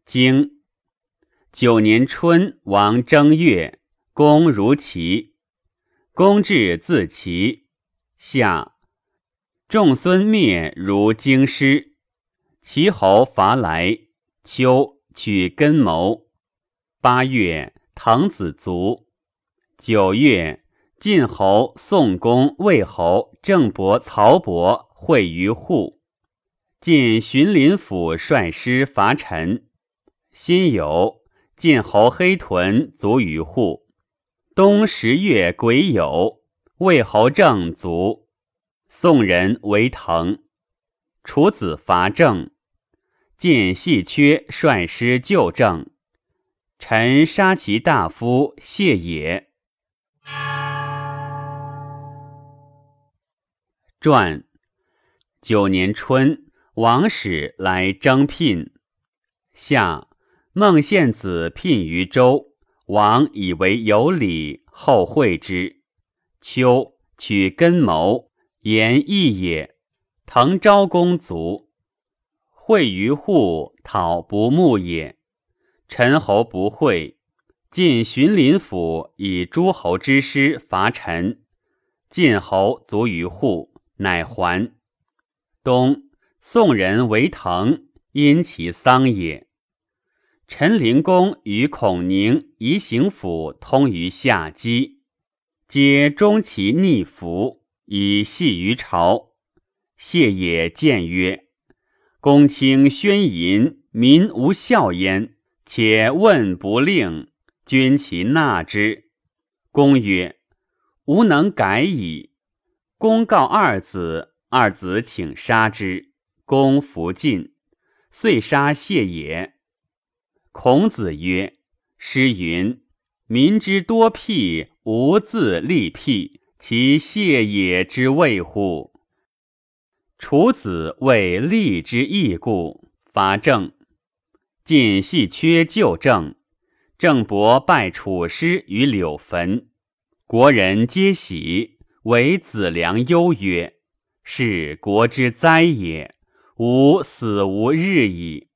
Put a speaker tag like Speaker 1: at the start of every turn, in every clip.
Speaker 1: 经9年春，王正月，公如齐。公至自齐。夏，仲孙灭如京师。齐侯伐来。秋，取根谋。8月，滕子卒。9月，晋侯、宋公、魏侯、郑伯、曹伯会于户。晋荀林府率师伐陈。辛酉，晋侯黑屯卒于户。冬10月癸酉，魏侯郑卒。宋人为滕。楚子伐郑。晋细缺率师救郑。陈杀其大夫谢也。传9年春，王使来征聘。夏，孟献子聘于周，王以为有礼，后会之。秋，取根谋，言义也。滕昭公卒。会于户，讨不睦也。陈侯不会。晋荀林府以诸侯之师伐陈。晋侯卒于户，乃还。冬，宋人为滕，因其丧也。陈灵公与孔宁、夷行府通于下姬，皆终其逆服，以系于朝。谢也谏曰：公卿宣淫，民无效焉，且问不令，君其纳之。公曰：吾能改矣。公告二子，二子请杀之。公弗进，遂杀谢也。孔子曰：诗云：民之多辟，无自立辟，其谢也之谓乎？楚子为利之义故，伐郑。晋细缺救郑。郑伯拜楚师于柳坟，国人皆喜，惟子良忧曰：是国之灾也，吾死无日矣。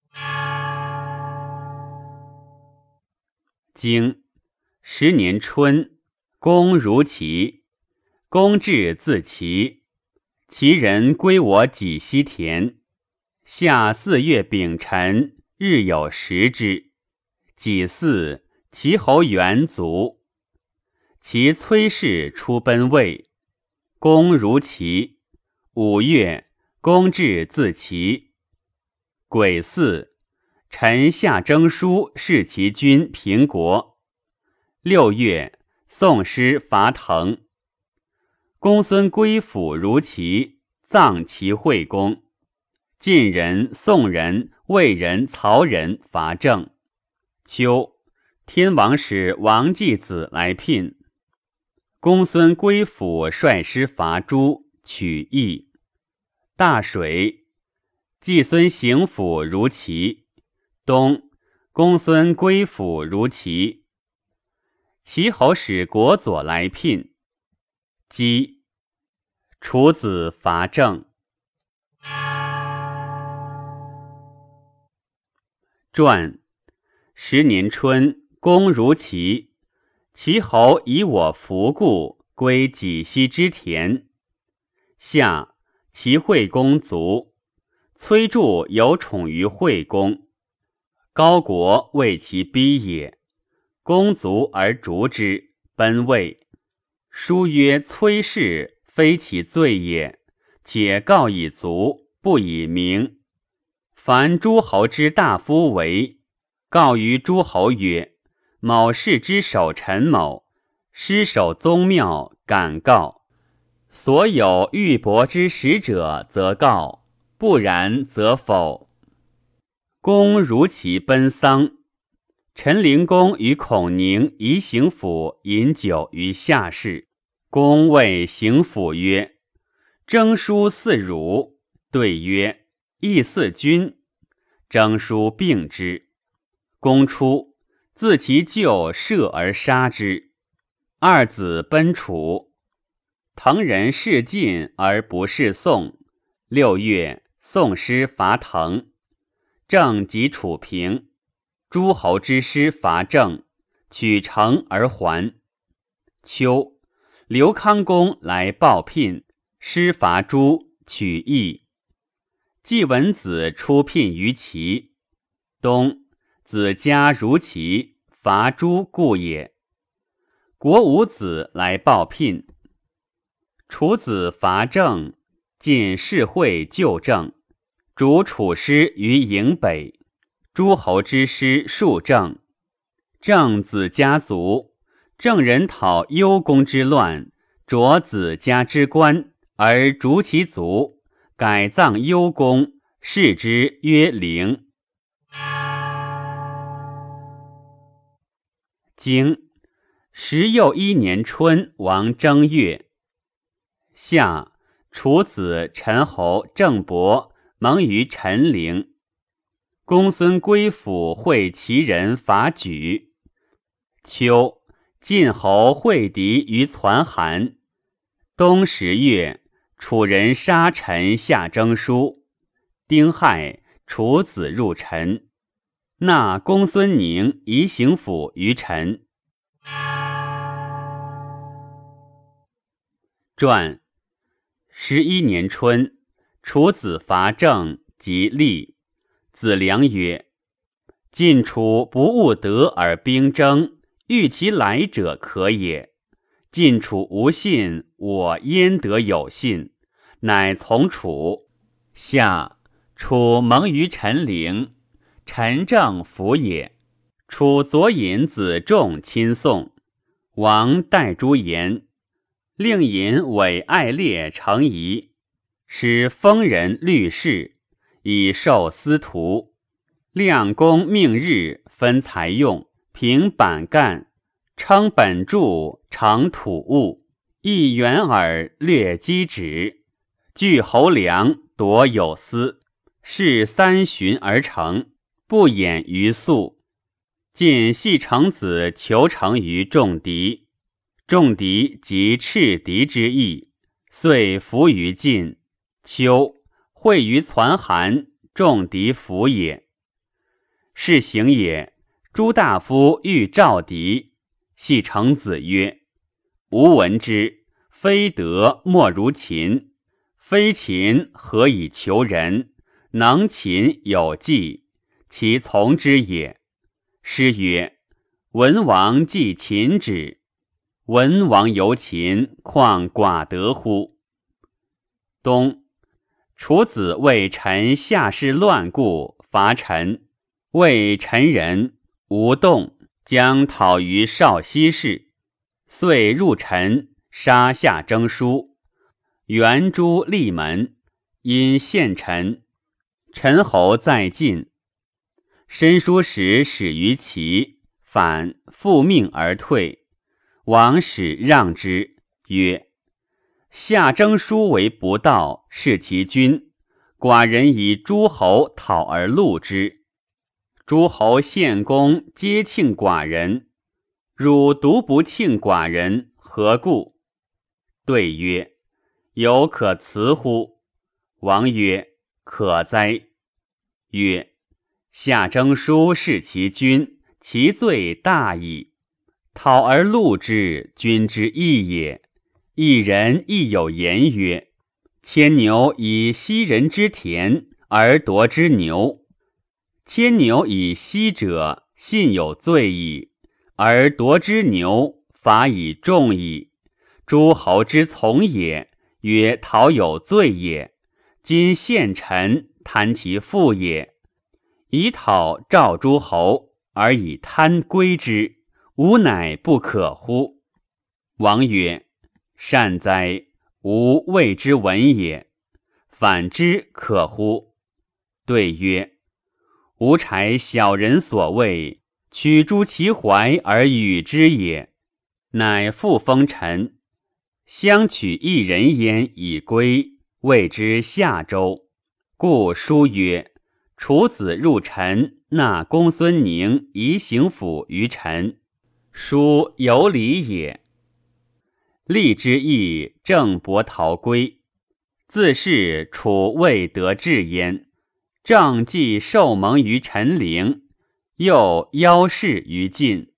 Speaker 1: 经10年春，公如齐。公至自齐。齐人归我己西田。夏4月丙辰，日有食之。己巳，齐侯元卒。其崔氏出奔魏。公如齐。5月，公至自齐。癸巳，臣下征书示其君平国。6月，宋师伐滕。公孙归府如齐，葬齐惠公。晋人、宋人、魏人、曹人伐郑。秋，天王使王季子来聘。公孙归府率师伐诸，取邑。大水，季孙行府如齐。冬，公孙归府如齐。齐侯使国佐来聘。姬，楚子伐郑。传10年春，公如齐。齐侯以我服故，归己西之田。夏，齐惠公卒。崔杼有宠于惠公。高国为其逼也。公卒而逐之，奔魏。书曰：崔氏非其罪也，且告以卒，不以名。凡诸侯之大夫为，告于诸侯曰：某氏之守陈某，失守宗庙，敢告。所有玉帛之使者，则告；不然，则否。公如其奔丧。陈灵公与孔宁、夷行府饮酒于下室。公谓行府曰：征书似汝。对曰：亦似君。征书并之。公出，自其舅射而杀之。二子奔楚。滕人事晋而不事宋。6月，宋师伐滕。 郑即楚平，诸侯之师伐郑，取城而还。秋，刘康公来报聘，师伐诸，取邑。季文子出聘于齐。冬，子家如齐，伐诸故也。国五子来报聘。楚子伐郑，进士会救郑，主楚师于营北，诸侯之师数郑。郑子家族，郑人讨幽公之乱，着子家之官，而逐其族，改葬幽公，谥之曰陵。经十又1年春，王正月。夏，楚子陈侯郑伯盟于陈陵。公孙归府会齐人伐莒。秋，晋侯会敌于攒韩。冬10月，楚人杀陈下征书。丁亥，楚子入陈，纳公孙宁仪行府于陈。传11年春，楚子伐郑，即立。子良曰：晋楚不务德而兵争，欲其来者可也。晋楚无信，我焉得有信？乃从楚。夏，楚盟于陈陵，陈郑服也。楚左尹子仲亲送，王代诸言，令尹委爱列成仪，使封人律事，以授司徒。亮公命日，分财用，平板干，称本柱，成土物，一元耳略积止，据侯梁，夺有司，是3旬而成，不掩于粟。晋系成子求成于仲敌，仲敌即赤敌之意，遂服于晋。秋，会于攒韩，仲敌服也。是行也，诸大夫欲召敌，系成子曰：吾闻之，非德莫如秦，非秦何以求人？能秦有计，其从之也。师曰：文王既秦止，文王犹秦，况寡德乎？冬，楚子为陈下士乱故，伐陈。谓陈人无动，将讨于少西市，遂入陈，杀下征书，援诸立门，因献陈。陈侯在晋，申书时始于齐，反复命而退。王使让之，曰：下征书为不道，是其君，寡人以诸侯讨而戮之。诸侯献公皆庆寡人，汝独不庆寡人，何故？对曰：有可辞乎？王曰：可哉。曰：下征书是其君，其罪大矣。讨而戮之，君之义也。一人亦有言曰：牵牛以息人之田，而夺之牛。牵牛以息者，信有罪矣；而夺之牛，罚以重矣。诸侯之从也，曰讨有罪也。今献臣，贪其父也。以讨召诸侯，而以贪归之，吾乃不可乎？王曰：善哉，吾谓之闻也。反之可乎？对曰：吾柴小人所谓，取诸其怀而与之也。乃复封臣，相取一人焉以归，谓之下周。故书曰：楚子入陈，纳公孙宁仪行府于陈。书有理也。立之意，郑伯逃归，自是楚未得志焉。 正既受蒙于陈陵，又邀事于晋。